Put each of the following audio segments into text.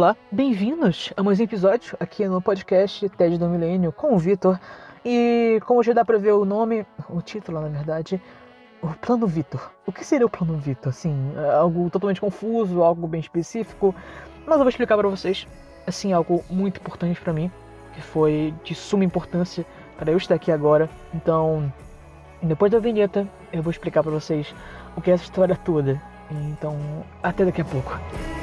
Olá, bem-vindos a mais um episódio aqui no podcast TED do Milênio com o Vitor. E como já dá pra ver o título na verdade, o Plano Vitor. O que seria o Plano Vitor? Assim, algo totalmente confuso, algo bem específico, mas eu vou explicar pra vocês, assim, algo muito importante pra mim, que foi de suma importância para eu estar aqui agora. Então, depois da vinheta, eu vou explicar pra vocês o que é essa história toda. Então, até daqui a pouco.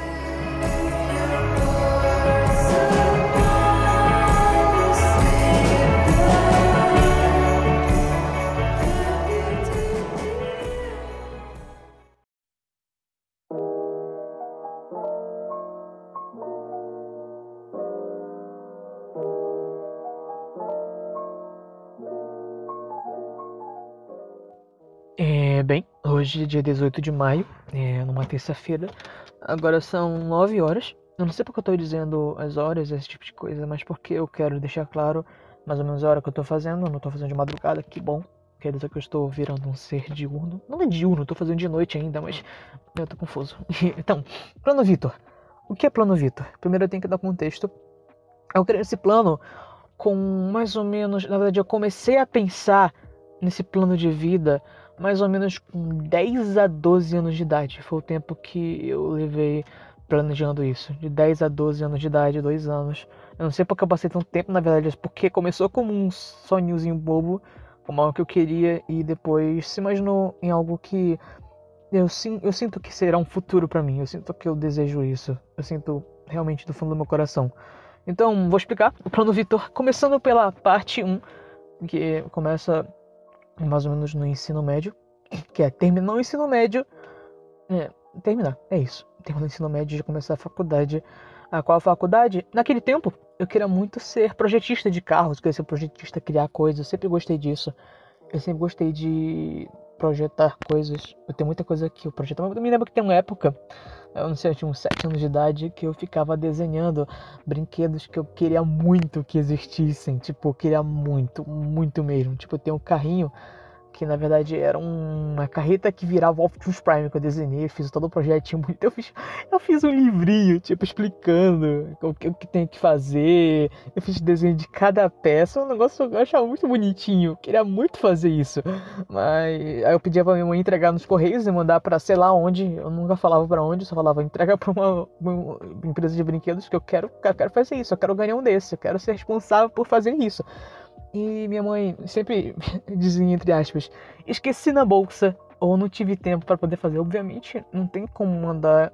Bem, hoje é dia 18 de maio, numa terça-feira, agora são 9 horas. Eu não sei porque eu tô dizendo as horas, esse tipo de coisa, mas porque eu quero deixar claro mais ou menos a hora que eu tô fazendo. Eu não tô fazendo de madrugada, que bom, quer dizer que eu estou virando um ser diurno. Não é diurno, eu tô fazendo de noite ainda, mas eu tô confuso. Então, Plano Vitor. O que é Plano Vitor? Primeiro eu tenho que dar contexto. Eu criei esse plano com mais ou menos, na verdade eu comecei a pensar nesse plano de vida mais ou menos com 10 a 12 anos de idade. Foi o tempo que eu levei planejando isso. De 10 a 12 anos de idade, 2 anos. Eu não sei porque eu passei tanto tempo, na verdade, porque começou como um sonhozinho bobo, como algo que eu queria, e depois se imaginou em algo que eu sinto que será um futuro pra mim. Eu sinto que eu desejo isso. Eu sinto realmente do fundo do meu coração. Então, vou explicar o Plano Vitor, começando pela parte 1, que começa mais ou menos no ensino médio, que é terminar o ensino médio, terminar o ensino médio e já começar a faculdade. Qual a faculdade? Naquele tempo, eu queria muito ser projetista de carros, queria ser projetista, criar coisas, eu sempre gostei disso. Eu sempre gostei de projetar coisas. Eu tenho muita coisa que eu projeto. Eu me lembro que tem uma época, eu não sei, eu tinha uns 7 anos de idade, que eu ficava desenhando brinquedos que eu queria muito que existissem. Tipo, eu queria muito, muito mesmo. Tipo, eu tenho um carrinho que na verdade era uma carreta que virava o Optimus Prime que eu desenhei, eu fiz todo o projetinho bonito, eu fiz um livrinho, tipo, explicando o que tem que fazer, eu fiz desenho de cada peça, um negócio que eu achava muito bonitinho, eu queria muito fazer isso, mas aí eu pedia pra minha mãe entregar nos correios e mandar pra sei lá onde, eu nunca falava pra onde, eu só falava entrega pra uma empresa de brinquedos que eu quero fazer isso, eu quero ganhar um desse, eu quero ser responsável por fazer isso. E minha mãe sempre dizia, entre aspas, esqueci na bolsa ou não tive tempo para poder fazer. Obviamente, não tem como mandar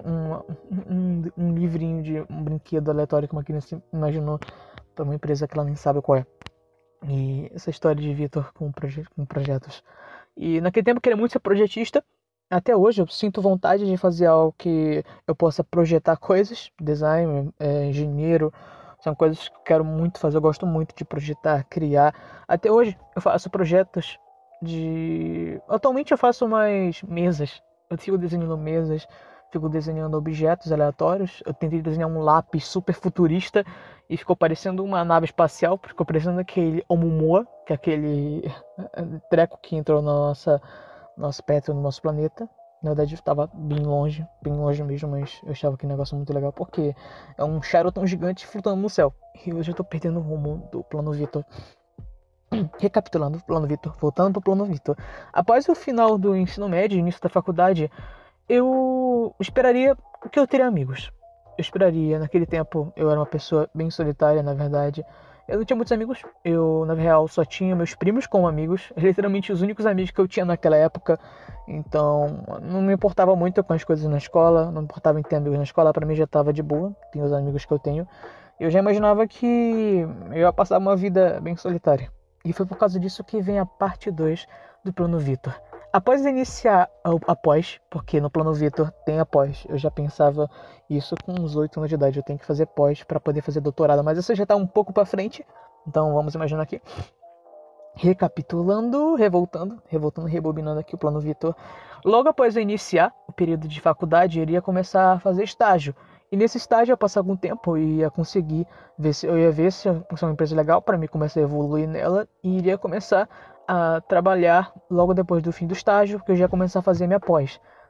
um livrinho de um brinquedo aleatório que uma criança imaginou para uma empresa que ela nem sabe qual é. E essa história de Vitor com projetos. E naquele tempo eu queria muito ser projetista. Até hoje eu sinto vontade de fazer algo que eu possa projetar coisas, design, engenheiro. São coisas que eu quero muito fazer, eu gosto muito de projetar, criar. Até hoje eu faço projetos de... Atualmente eu faço mais mesas. Eu fico desenhando mesas, fico desenhando objetos aleatórios. Eu tentei desenhar um lápis super futurista e ficou parecendo uma nave espacial, ficou parecendo aquele Oumuamua, que é aquele treco que entrou no nosso perto, no nosso planeta. Na verdade, eu estava bem longe mesmo, mas eu achava aquele negócio muito legal, porque é um charutão gigante flutuando no céu. E hoje eu tô perdendo o rumo do Plano Vitor. Recapitulando o Plano Vitor, voltando pro Plano Vitor. Após o final do ensino médio, início da faculdade, eu esperaria que eu teria amigos. Eu esperaria, naquele tempo eu era uma pessoa bem solitária, na verdade. Eu não tinha muitos amigos, eu na real só tinha meus primos como amigos, literalmente os únicos amigos que eu tinha naquela época. Então não me importava muito com as coisas na escola, não me importava em ter amigos na escola, pra mim já tava de boa, tem os amigos que eu tenho. Eu já imaginava que eu ia passar uma vida bem solitária. E foi por causa disso que vem a parte 2 do Plano Vitor. Após iniciar a pós, porque no Plano Vitor tem a pós, eu já pensava isso com uns 8 anos de idade, eu tenho que fazer pós para poder fazer doutorado, mas isso já está um pouco para frente, então vamos imaginar aqui. Recapitulando, rebobinando aqui o Plano Vitor. Logo após eu iniciar o período de faculdade, eu iria começar a fazer estágio. E nesse estágio, eu passar algum tempo, eu ia conseguir ver se é uma empresa legal para mim começar a evoluir nela, e iria começar a trabalhar logo depois do fim do estágio, porque eu já ia começar a fazer minha pós.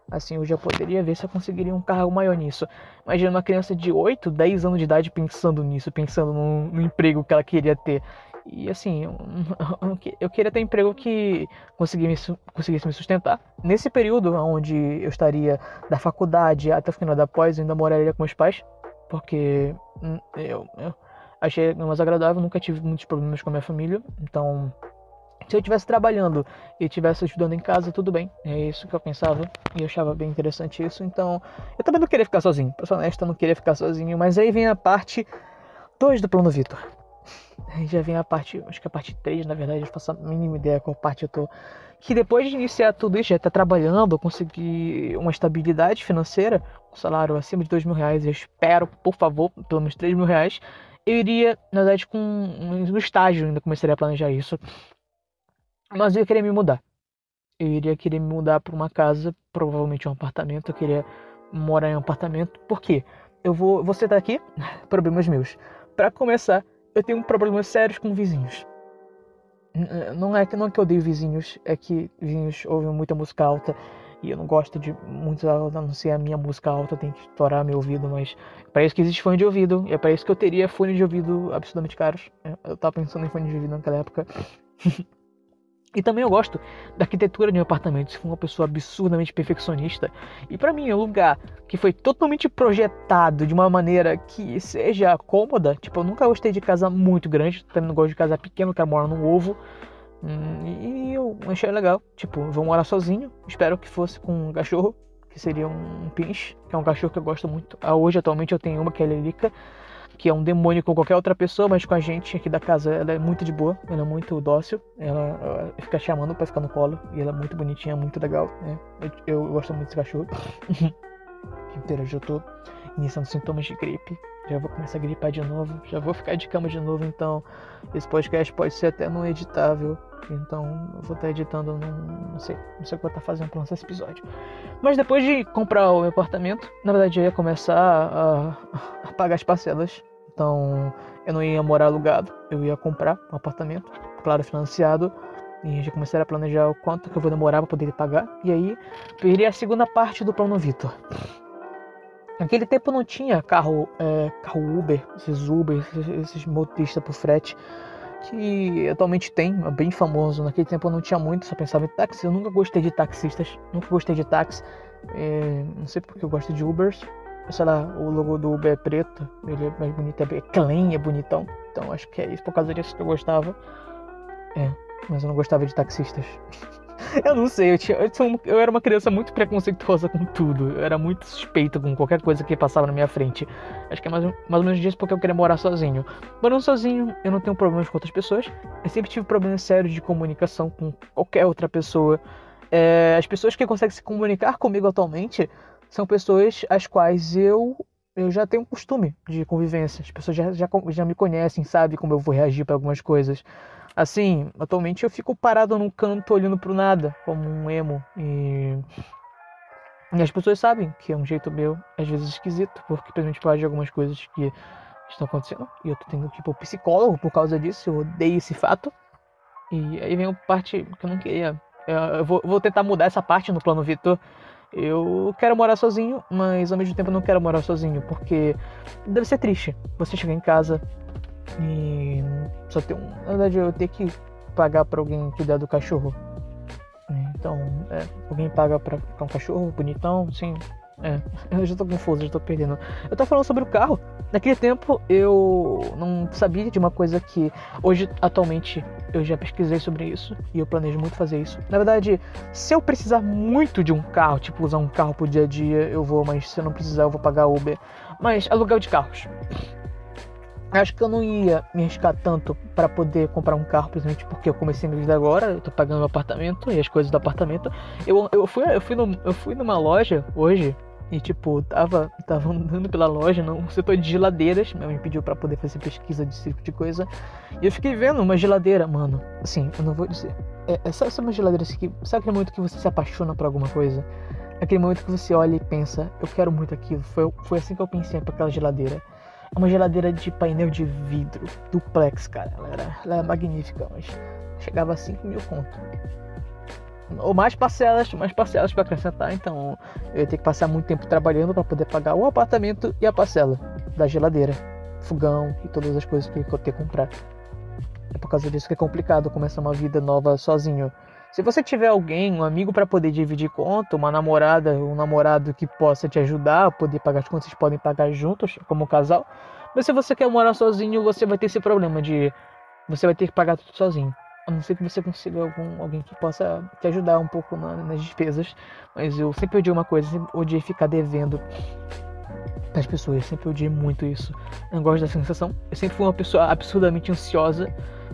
Assim, eu já poderia ver se eu conseguiria um cargo maior nisso. Imagina uma criança de 8, 10 anos de idade pensando nisso, pensando no emprego que ela queria ter. E assim, eu queria ter um emprego que conseguisse me sustentar. Nesse período onde eu estaria da faculdade até o final da pós, eu ainda moraria com meus pais, porque eu achei mais agradável, nunca tive muitos problemas com a minha família. Então, se eu estivesse trabalhando e estivesse estudando em casa, tudo bem. É isso que eu pensava e eu achava bem interessante isso. Então, eu também não queria ficar sozinho. Pra ser honesto, eu não queria ficar sozinho. Mas aí vem a parte 2 do plano Vitor. Aí já vem a parte, acho que a parte 3, na verdade, eu faço a mínima ideia qual parte eu tô. Que depois de iniciar tudo isso, já tá trabalhando, conseguir uma estabilidade financeira, um salário acima de R$ 2.000, eu espero, por favor, pelo menos R$ 3.000, eu iria, na verdade, no estágio ainda começaria a planejar isso. Mas eu ia querer me mudar. Eu iria querer me mudar para uma casa, provavelmente um apartamento. Eu queria morar em um apartamento. Por quê? Vou citar aqui problemas meus. Para começar, eu tenho problemas sérios com vizinhos. Não é que eu odeio vizinhos, é que vizinhos ouvem muita música alta e eu não gosto de muito alta, a não ser a minha música alta, tem que estourar meu ouvido, mas é para isso que existe fone de ouvido, e é para isso que eu teria fone de ouvido absurdamente caros. Eu tava pensando em fone de ouvido naquela época. E também eu gosto da arquitetura de um apartamento. Se for uma pessoa absurdamente perfeccionista. E pra mim, um lugar que foi totalmente projetado de uma maneira que seja cômoda. Tipo, eu nunca gostei de casa muito grande. Também não gosto de casa pequena, quero morar num ovo. E eu achei legal. Tipo, eu vou morar sozinho. Espero que fosse com um cachorro, que seria um pinche, que é um cachorro que eu gosto muito. Hoje, atualmente, eu tenho uma que é a Lelica, que é um demônio com qualquer outra pessoa, mas com a gente aqui da casa ela é muito de boa, ela é muito dócil, ela fica chamando pra ficar no colo, e ela é muito bonitinha, muito legal, né? Eu gosto muito desse cachorro. Eu já tô iniciando sintomas de gripe, já vou começar a gripar de novo, já vou ficar de cama de novo, então esse podcast pode ser até não editável, então eu vou estar editando, não sei o que eu vou estar fazendo pra lançar esse episódio. Mas depois de comprar o meu apartamento, na verdade eu ia começar a pagar as parcelas, então eu não ia morar alugado, eu ia comprar um apartamento, claro, financiado, e já começaria a planejar o quanto que eu vou demorar para poder pagar, e aí viria a segunda parte do plano Vitor. Naquele tempo não tinha carro Uber, esses motoristas por frete, que atualmente tem, é bem famoso. Naquele tempo eu não tinha muito, só pensava em táxi. Eu nunca gostei de taxistas, nunca gostei de táxi. Não sei porque eu gosto de Ubers. Sei lá, o logo do Uber é preto, ele é mais bonito, é clean, é bonitão. Então acho que é isso, por causa disso que eu gostava. Mas eu não gostava de taxistas. Eu não sei, eu era uma criança muito preconceituosa com tudo. Eu era muito suspeito com qualquer coisa que passava na minha frente. Acho que é mais ou menos disso porque eu queria morar sozinho. Morando sozinho, eu não tenho problemas com outras pessoas. Eu sempre tive problemas sérios de comunicação com qualquer outra pessoa. As pessoas que conseguem se comunicar comigo atualmente são pessoas às quais eu já tenho um costume de convivência. As pessoas já me conhecem, sabem como eu vou reagir para algumas coisas. Assim, atualmente eu fico parado num canto olhando pro nada, como um emo. E as pessoas sabem que é um jeito meu, às vezes esquisito, porque principalmente por causa de algumas coisas que estão acontecendo. E eu tô tendo que ir pro psicólogo por causa disso, eu odeio esse fato. E aí vem a parte que eu não queria. Eu vou tentar mudar essa parte no plano Vitor. Eu quero morar sozinho, mas ao mesmo tempo eu não quero morar sozinho, porque deve ser triste você chegar em casa e só ter na verdade eu ter que pagar pra alguém cuidar do cachorro. Então, alguém paga pra ficar um cachorro bonitão, sim. Eu já tô confuso, já tô perdendo. Eu tô falando sobre o carro. Naquele tempo eu não sabia de uma coisa que hoje, atualmente, eu já pesquisei sobre isso e eu planejo muito fazer isso. Na verdade, se eu precisar muito de um carro, tipo usar um carro pro dia a dia, eu vou, mas se eu não precisar eu vou pagar Uber. Mas aluguel de carros. Acho que eu não ia me arriscar tanto para poder comprar um carro, principalmente porque eu comecei minha vida agora, eu tô pagando um apartamento e as coisas do apartamento. Eu fui numa loja hoje e tipo, tava andando pela loja no setor de geladeiras, meu me pediu para poder fazer pesquisa de tipo de coisa. E eu fiquei vendo uma geladeira, mano. Assim, eu não vou dizer. Sabe uma geladeira assim que, sabe aquele momento que você se apaixona por alguma coisa? Aquele momento que você olha e pensa, eu quero muito aquilo. Foi assim que eu pensei pra aquela geladeira. É uma geladeira de painel de vidro, duplex, cara. Ela era magnífica, mas chegava a 5.000 conto. ou mais parcelas para acrescentar. Então eu ia ter que passar muito tempo trabalhando para poder pagar o apartamento e a parcela da geladeira, fogão e todas as coisas que eu ter que comprar. É por causa disso que é complicado começar uma vida nova sozinho. Se você tiver alguém, um amigo para poder dividir conta, uma namorada, um namorado que possa te ajudar a poder pagar as contas, vocês podem pagar juntos como casal. Mas se você quer morar sozinho, você vai ter esse problema de você vai ter que pagar tudo sozinho. A não ser que você consiga alguém que possa te ajudar um pouco nas despesas. Mas eu sempre odiei uma coisa, sempre odiei ficar devendo das pessoas. Eu sempre odiei muito isso. Eu não gosto da sensação. Eu sempre fui uma pessoa absurdamente ansiosa.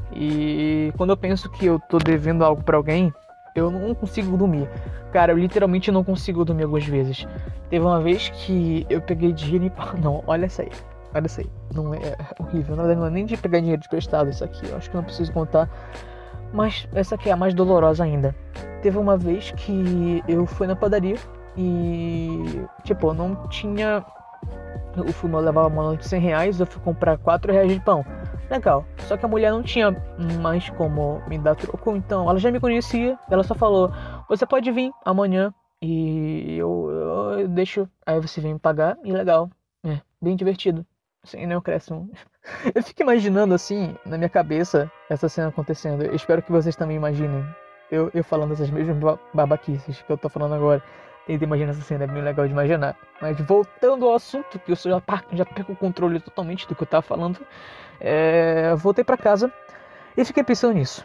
E quando eu penso que eu tô devendo algo pra alguém, eu não consigo dormir. Cara, eu literalmente não consigo dormir algumas vezes. Teve uma vez que eu peguei dinheiro e... Não, olha essa aí. Olha isso aí. Não é horrível. Na verdade, não é nem de pegar dinheiro emprestado isso aqui. Eu acho que não preciso contar. Mas essa aqui é a mais dolorosa ainda. Teve uma vez que eu fui na padaria e... Tipo, eu não tinha... Eu levava uma nota de R$100, eu fui comprar R$4 de pão. Legal. Só que a mulher não tinha mais como me dar troco, então ela já me conhecia. Ela só falou, você pode vir amanhã e eu deixo. Aí você vem me pagar e legal. É, bem divertido. Sem nenhum acréscimo. Eu fico imaginando assim, na minha cabeça, essa cena acontecendo. Eu espero que vocês também imaginem. Eu falando essas mesmas babaquices que eu tô falando agora. Tenta imaginar essa cena, é bem legal de imaginar. Mas voltando ao assunto, que eu já perco o controle totalmente do que eu tava falando. Voltei pra casa e fiquei pensando nisso.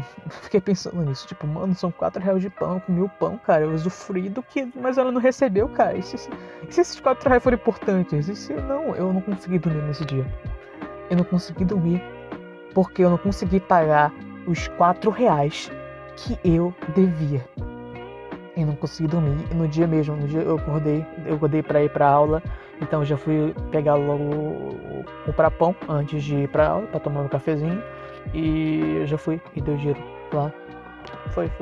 Tipo, mano, são R$4 de pão, eu comi o pão, cara, eu usufruí do que, mas ela não recebeu, cara. E se esses R$4 foram importantes? E se não, eu não consegui dormir nesse dia. Eu não consegui dormir porque eu não consegui pagar os R$4 que eu devia. Eu não consegui dormir. E no dia mesmo, eu acordei pra ir pra aula. Então eu já fui pegar logo, comprar pão antes de ir pra aula, pra tomar um cafezinho. E eu já fui e dei o dinheiro lá. Foi.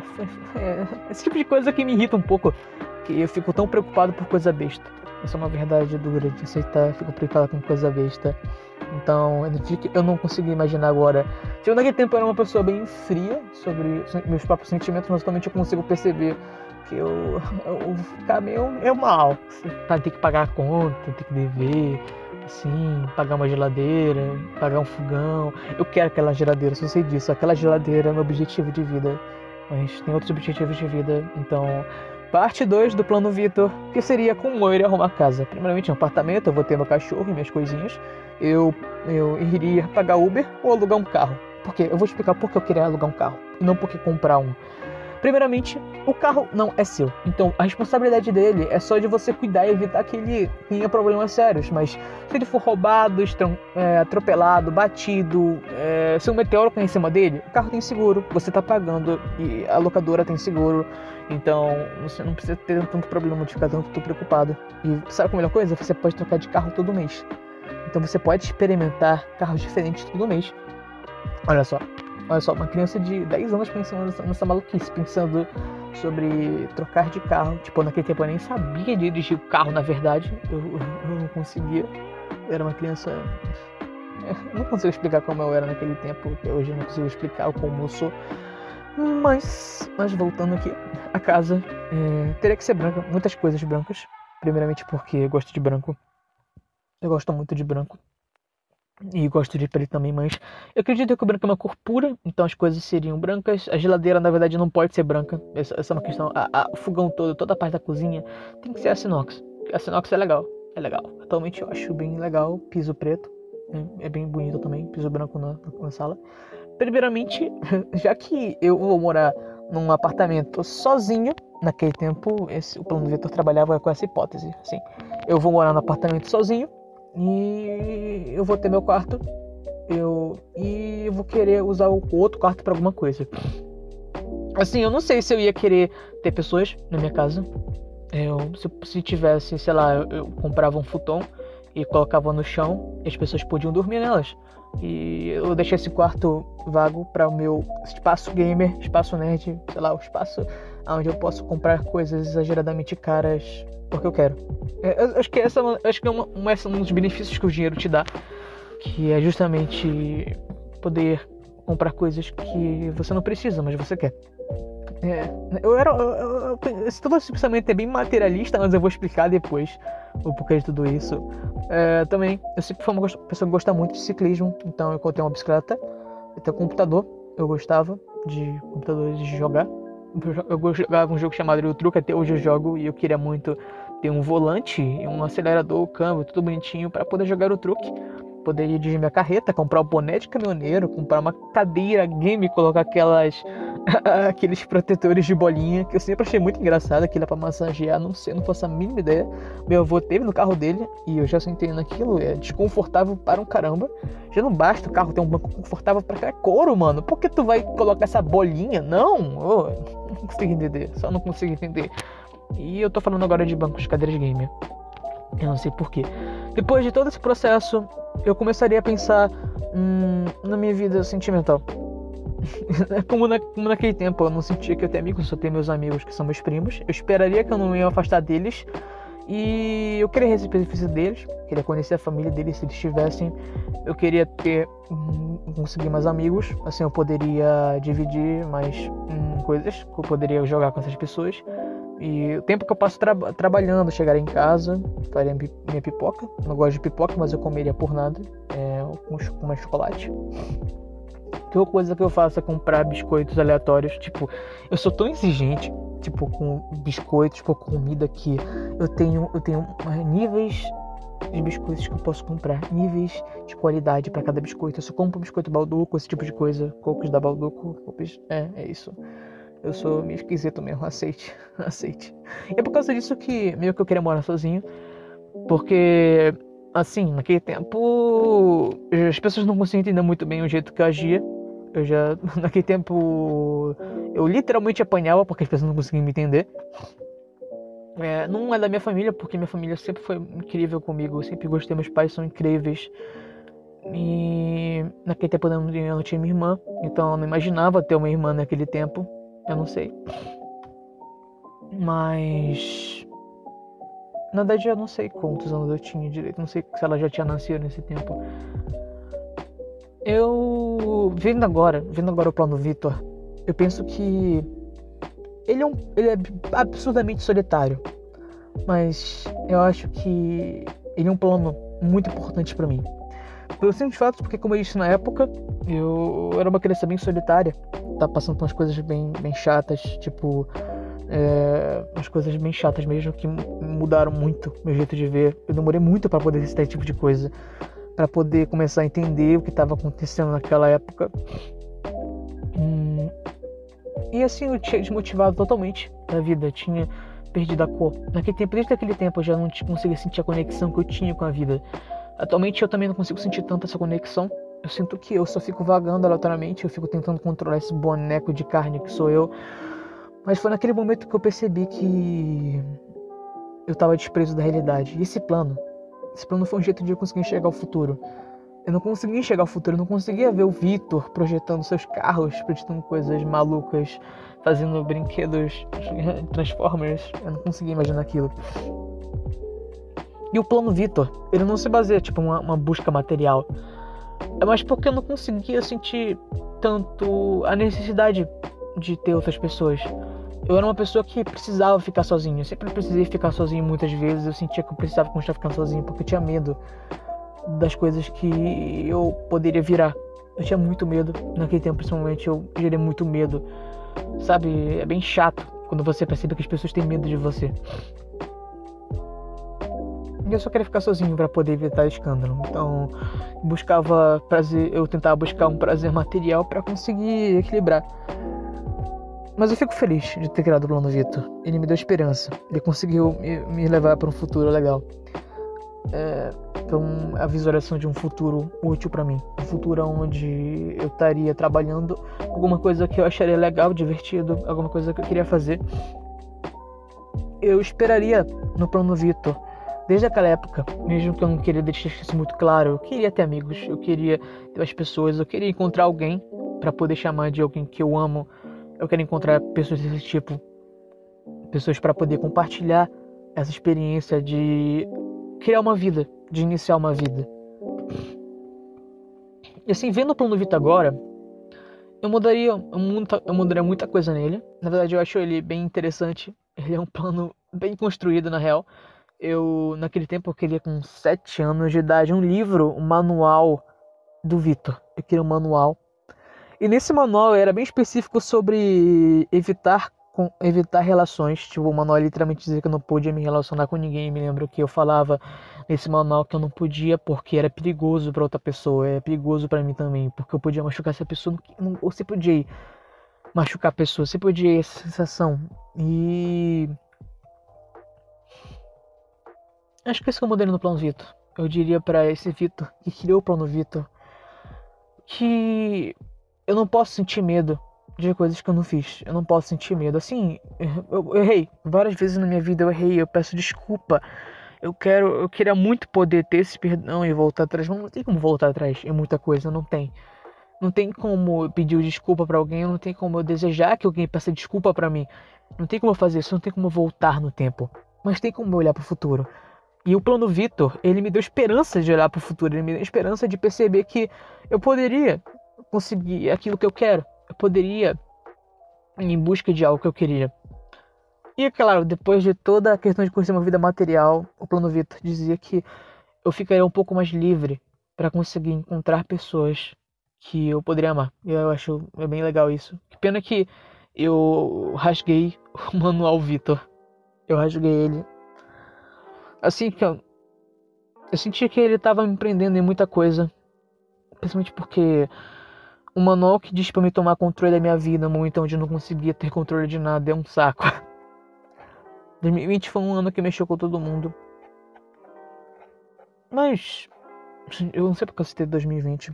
Esse tipo de coisa que me irrita um pouco, que eu fico tão preocupado por coisa besta. Essa é uma verdade dura de aceitar, eu fico preocupado com coisa besta. Então eu não consigo imaginar agora. Se eu naquele tempo era uma pessoa bem fria sobre meus próprios sentimentos, mas atualmente eu consigo perceber que eu ficar meio mal. Ter que pagar a conta, ter que dever, assim, pagar uma geladeira, pagar um fogão. Eu quero aquela geladeira, só sei disso. Aquela geladeira é meu objetivo de vida. Mas tem outros objetivos de vida, então... Parte 2 do plano Vitor, que seria como eu iria arrumar casa. Primeiramente um apartamento, eu vou ter meu cachorro e minhas coisinhas. Eu iria pagar Uber ou alugar um carro. Porque eu vou explicar por que eu queria alugar um carro e não porque comprar um. Primeiramente, o carro não é seu. Então a responsabilidade dele é só de você cuidar e evitar que ele tenha problemas sérios. Mas se ele for roubado, atropelado, batido, se um meteoro cair em cima dele, o carro tem seguro, você tá pagando e a locadora tem seguro. Então você não precisa ter tanto problema de ficar tanto preocupado. E sabe a melhor coisa? Você pode trocar de carro todo mês. Então você pode experimentar carros diferentes todo mês. Olha só, uma criança de 10 anos pensando nessa maluquice, pensando sobre trocar de carro. Tipo, naquele tempo eu nem sabia dirigir o carro, na verdade. Eu não conseguia. Eu era uma criança... Eu não consigo explicar como eu era naquele tempo, até hoje eu não consigo explicar como eu sou. Mas voltando aqui, a casa teria que ser branca, muitas coisas brancas. Primeiramente porque eu gosto de branco. Eu gosto muito de branco. E gosto de preto também, mas eu acredito que o branco é uma cor pura, então as coisas seriam brancas. A geladeira, na verdade, não pode ser branca. Essa é uma questão. O fogão todo, toda a parte da cozinha tem que ser aço inox. Aço inox é legal. Atualmente eu acho bem legal. Piso preto é bem bonito também. Piso branco na sala. Primeiramente, já que eu vou morar num apartamento sozinho, naquele tempo, o plano do Vitor trabalhava com essa hipótese. Assim, eu vou morar no apartamento sozinho. E eu vou ter meu quarto. E eu vou querer usar o outro quarto pra alguma coisa. Assim, eu não sei se eu ia querer ter pessoas na minha casa. Se tivesse, sei lá, eu comprava um futon e colocava no chão e as pessoas podiam dormir nelas. E eu deixei esse quarto vago para o meu espaço gamer, espaço nerd, sei lá, o espaço onde eu posso comprar coisas exageradamente caras porque eu quero. Acho que esse é um dos benefícios que o dinheiro te dá, que é justamente poder comprar coisas que você não precisa, mas você quer. Todo esse pensamento é bem materialista, mas eu vou explicar depois o porquê de tudo isso. Também, eu sempre fui uma pessoa que gosta muito de ciclismo, então eu tenho uma bicicleta, eu tenho um computador, eu gostava de computadores de jogar. Eu jogava um jogo chamado Euro Truck, até hoje eu jogo e eu queria muito ter um volante, um acelerador, câmbio, tudo bonitinho para poder jogar o truque. Poderia dirigir minha carreta, comprar um boné de caminhoneiro, comprar uma cadeira game, colocar aqueles protetores de bolinha, que eu sempre achei muito engraçado, aquilo é pra massagear, não sei, não faço a mínima ideia. Meu avô teve no carro dele e eu já sentei naquilo, é desconfortável para um caramba. Já não basta o carro ter um banco confortável pra cá, é couro, mano. Por que tu vai colocar essa bolinha? Não, não consigo entender, só não consigo entender. E eu tô falando agora de bancos de cadeiras gamer. Eu não sei porquê. Depois de todo esse processo, eu começaria a pensar na minha vida sentimental. como naquele tempo eu não sentia que eu tenho amigos, eu só tenho meus amigos que são meus primos. Eu esperaria que eu não ia afastar deles. E eu queria receber a benefício deles, queria conhecer a família deles se eles tivessem. Eu queria conseguir mais amigos, assim eu poderia dividir mais coisas, eu poderia jogar com essas pessoas. E o tempo que eu passo trabalhando, chegar em casa, faria minha pipoca. Eu não gosto de pipoca, mas eu comeria por nada, com mais chocolate. Outra coisa que eu faço é comprar biscoitos aleatórios. Tipo, eu sou tão exigente, tipo, com biscoitos, com comida, que eu tenho níveis de biscoitos que eu posso comprar, níveis de qualidade para cada biscoito. Eu só compro biscoito Balduco, esse tipo de coisa, cocos da Balduco, é isso. Eu sou meio esquisito mesmo, aceite. E é por causa disso que meio que eu queria morar sozinho, porque assim, naquele tempo as pessoas não conseguiam entender muito bem o jeito que eu agia. Naquele tempo, eu literalmente apanhava porque as pessoas não conseguiam me entender. Não é da minha família, porque minha família sempre foi incrível comigo, eu sempre gostei, meus pais são incríveis. E naquele tempo eu não tinha minha irmã, então eu não imaginava ter uma irmã naquele tempo, eu não sei. Mas na verdade eu não sei quantos anos eu tinha direito, não sei se ela já tinha nascido nesse tempo. Eu vendo agora o plano Vitor, eu penso que ele é absurdamente solitário, mas eu acho que ele é um plano muito importante pra mim. Pelo simples fato, porque como eu disse na época, eu era uma criança bem solitária, tava passando por umas coisas bem chatas, tipo, umas coisas bem chatas mesmo, que mudaram muito meu jeito de ver. Eu demorei muito pra poder recitar esse tipo de coisa, pra poder começar a entender o que estava acontecendo naquela época. E assim, eu tinha desmotivado totalmente da vida, eu tinha perdido a cor. Desde aquele tempo eu já não conseguia sentir a conexão que eu tinha com a vida. Atualmente eu também não consigo sentir tanto essa conexão. Eu sinto que eu só fico vagando aleatoriamente, eu fico tentando controlar esse boneco de carne que sou eu. Mas foi naquele momento que eu percebi que eu estava desprezo da realidade. E esse plano foi um jeito de eu conseguir enxergar o futuro. Eu não conseguia enxergar o futuro, eu não conseguia ver o Vitor projetando seus carros, projetando coisas malucas, fazendo brinquedos Transformers. Eu não conseguia imaginar aquilo. E o plano Vitor, ele não se baseia tipo uma busca material. É mais porque eu não conseguia sentir tanto a necessidade de ter outras pessoas. Eu era uma pessoa que precisava ficar sozinho. Eu sempre precisei ficar sozinho muitas vezes. Eu sentia que eu precisava continuar ficando sozinho porque eu tinha medo das coisas que eu poderia virar. Eu tinha muito medo. Naquele tempo, principalmente, eu gerei muito medo. Sabe, é bem chato quando você percebe que as pessoas têm medo de você. E eu só queria ficar sozinho para poder evitar escândalo. Então, eu tentava buscar um prazer material para conseguir equilibrar. Mas eu fico feliz de ter criado o plano Vitor. Ele me deu esperança. Ele conseguiu me levar para um futuro legal. Então, a visualização de um futuro útil para mim. Um futuro onde eu estaria trabalhando com alguma coisa que eu acharia legal, divertido, alguma coisa que eu queria fazer. Eu esperaria no plano Vitor. Desde aquela época, mesmo que eu não queria deixar isso muito claro, eu queria ter amigos, eu queria ter as pessoas, eu queria encontrar alguém para poder chamar de alguém que eu amo. Eu quero encontrar pessoas desse tipo, pessoas para poder compartilhar essa experiência de criar uma vida, de iniciar uma vida. E assim, vendo o plano Vitor agora, eu mudaria muita coisa nele. Na verdade, eu acho ele bem interessante. Ele é um plano bem construído, na real. Naquele tempo, eu queria com 7 anos de idade um livro, um manual do Vitor. Eu queria um manual. E nesse manual era bem específico sobre evitar relações. Tipo, o manual literalmente dizia que eu não podia me relacionar com ninguém. Me lembro que eu falava nesse manual que eu não podia porque era perigoso para outra pessoa. É perigoso para mim também, porque eu podia machucar essa pessoa. Ou você podia machucar a pessoa, você podia essa sensação. E acho que isso que eu mudei no plano Vitor. Eu diria para esse Vitor que criou o plano Vitor que eu não posso sentir medo de coisas que eu não fiz. Eu não posso sentir medo. Assim, eu errei. Várias vezes na minha vida eu errei. Eu peço desculpa. Eu queria muito poder ter esse perdão e voltar atrás. Mas não tem como voltar atrás em muita coisa. Não tem. Não tem como eu pedir desculpa pra alguém. Não tem como eu desejar que alguém peça desculpa pra mim. Não tem como eu fazer isso. Não tem como eu voltar no tempo. Mas tem como eu olhar pro futuro. E o plano Vitor, ele me deu esperança de olhar pro futuro. Ele me deu esperança de perceber que eu poderia conseguir aquilo que eu quero. Eu poderia ir em busca de algo que eu queria. E claro, depois de toda a questão de conhecer uma vida material, o plano Vitor dizia que eu ficaria um pouco mais livre para conseguir encontrar pessoas que eu poderia amar. E eu acho bem legal isso. Que pena que eu rasguei o manual Vitor. Eu rasguei ele. Assim que eu senti que ele estava me prendendo em muita coisa. Principalmente porque o manual que diz pra me tomar controle da minha vida, no momento onde eu não conseguia ter controle de nada, é um saco. 2020 foi um ano que mexeu com todo mundo. Mas eu não sei porque eu citei 2020.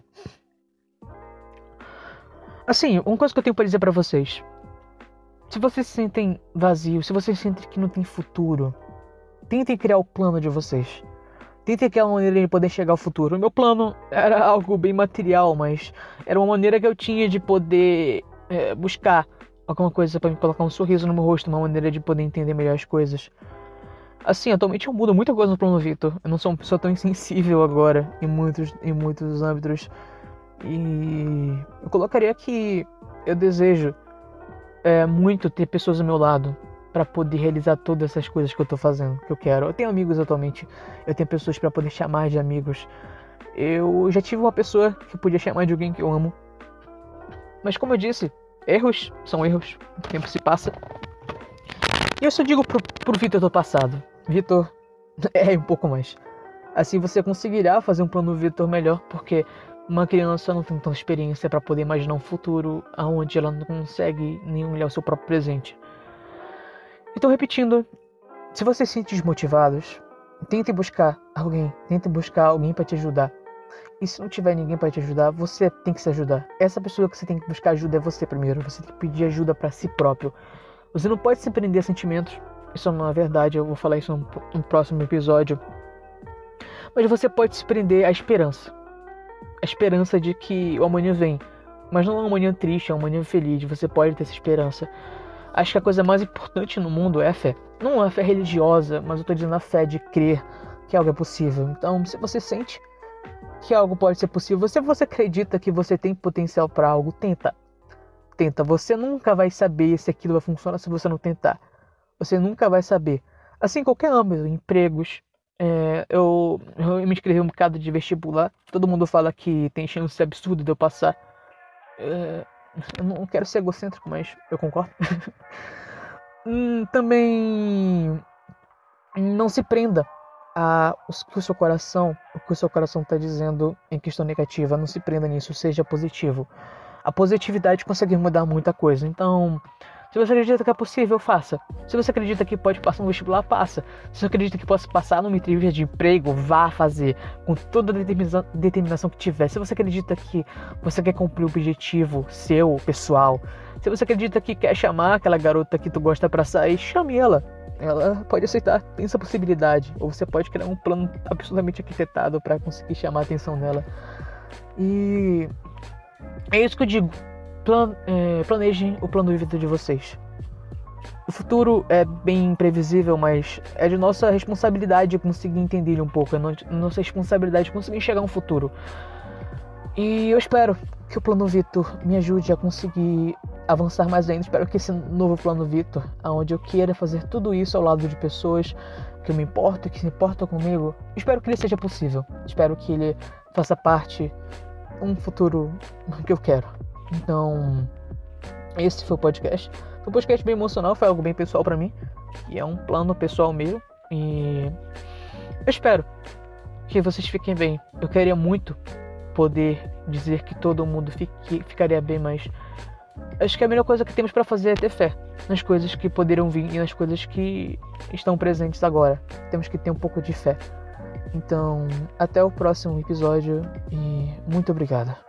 Assim, uma coisa que eu tenho pra dizer pra vocês. Se vocês se sentem vazios, se vocês sentem que não tem futuro, tentem criar o plano de vocês. Tentem criar uma maneira de poder chegar ao futuro. O meu plano era algo bem material, mas era uma maneira que eu tinha de poder buscar alguma coisa pra me colocar um sorriso no meu rosto, uma maneira de poder entender melhor as coisas. Assim, atualmente eu mudo muita coisa no plano Vitor. Eu não sou uma pessoa tão insensível agora em muitos âmbitos. E eu colocaria que eu desejo muito ter pessoas ao meu lado para poder realizar todas essas coisas que eu tô fazendo, que eu quero. Eu tenho amigos atualmente, eu tenho pessoas para poder chamar de amigos. Eu já tive uma pessoa que podia chamar de alguém que eu amo. Mas como eu disse, erros são erros, o tempo se passa. E eu só digo pro Vitor do passado: Vitor, um pouco mais. Assim você conseguirá fazer um plano Vitor melhor, porque uma criança não tem tanta experiência para poder imaginar um futuro onde ela não consegue nem olhar o seu próprio presente. Então, repetindo, se vocês se sentem desmotivados, tente buscar alguém para te ajudar. E se não tiver ninguém para te ajudar, você tem que se ajudar. Essa pessoa que você tem que buscar ajuda é você primeiro. Você tem que pedir ajuda para si próprio. Você não pode se prender a sentimentos. Isso é uma verdade, eu vou falar isso no próximo episódio. Mas você pode se prender à esperança. A esperança de que o amanhã vem. Mas não é um amanhã triste, é um amanhã feliz. Você pode ter essa esperança. Acho que a coisa mais importante no mundo é a fé. Não a fé religiosa, mas eu tô dizendo a fé de crer que algo é possível. Então, se você sente que algo pode ser possível, se você acredita que você tem potencial para algo, tenta. Tenta. Você nunca vai saber se aquilo vai funcionar se você não tentar. Você nunca vai saber. Assim, qualquer âmbito, empregos. Eu me inscrevi um bocado de vestibular. Todo mundo fala que tem chance absurda de eu passar. Eu não quero ser egocêntrico, mas eu concordo. Também não se prenda o que o seu coração está dizendo em questão negativa. Não se prenda nisso, seja positivo. A positividade consegue mudar muita coisa. Então, se você acredita que é possível, faça. Se você acredita que pode passar no vestibular, passa. Se você acredita que possa passar numa entrevista de emprego, vá fazer. Com toda a determinação que tiver. Se você acredita que você quer cumprir o objetivo seu, pessoal. Se você acredita que quer chamar aquela garota que tu gosta pra sair, chame ela. Ela pode aceitar, tem essa possibilidade. Ou você pode criar um plano absolutamente arquitetado pra conseguir chamar a atenção dela. E é isso que eu digo. Planejem o plano de vida de vocês. O futuro é bem imprevisível, mas é de nossa responsabilidade conseguir entender ele um pouco. É nossa responsabilidade conseguir enxergar um futuro. E eu espero que o Plano Vitor me ajude a conseguir avançar mais ainda. Espero que esse novo Plano Vitor, onde eu queira fazer tudo isso ao lado de pessoas que eu me importo, que se importam comigo, espero que ele seja possível. Espero que ele faça parte um futuro que eu quero. Então, esse foi o podcast. Foi um podcast bem emocional, foi algo bem pessoal pra mim. E é um plano pessoal meu. E eu espero que vocês fiquem bem. Eu queria muito poder dizer que todo mundo ficaria bem, mas acho que a melhor coisa que temos pra fazer é ter fé nas coisas que poderiam vir e nas coisas que estão presentes agora. Temos que ter um pouco de fé. Então, até o próximo episódio e muito obrigado.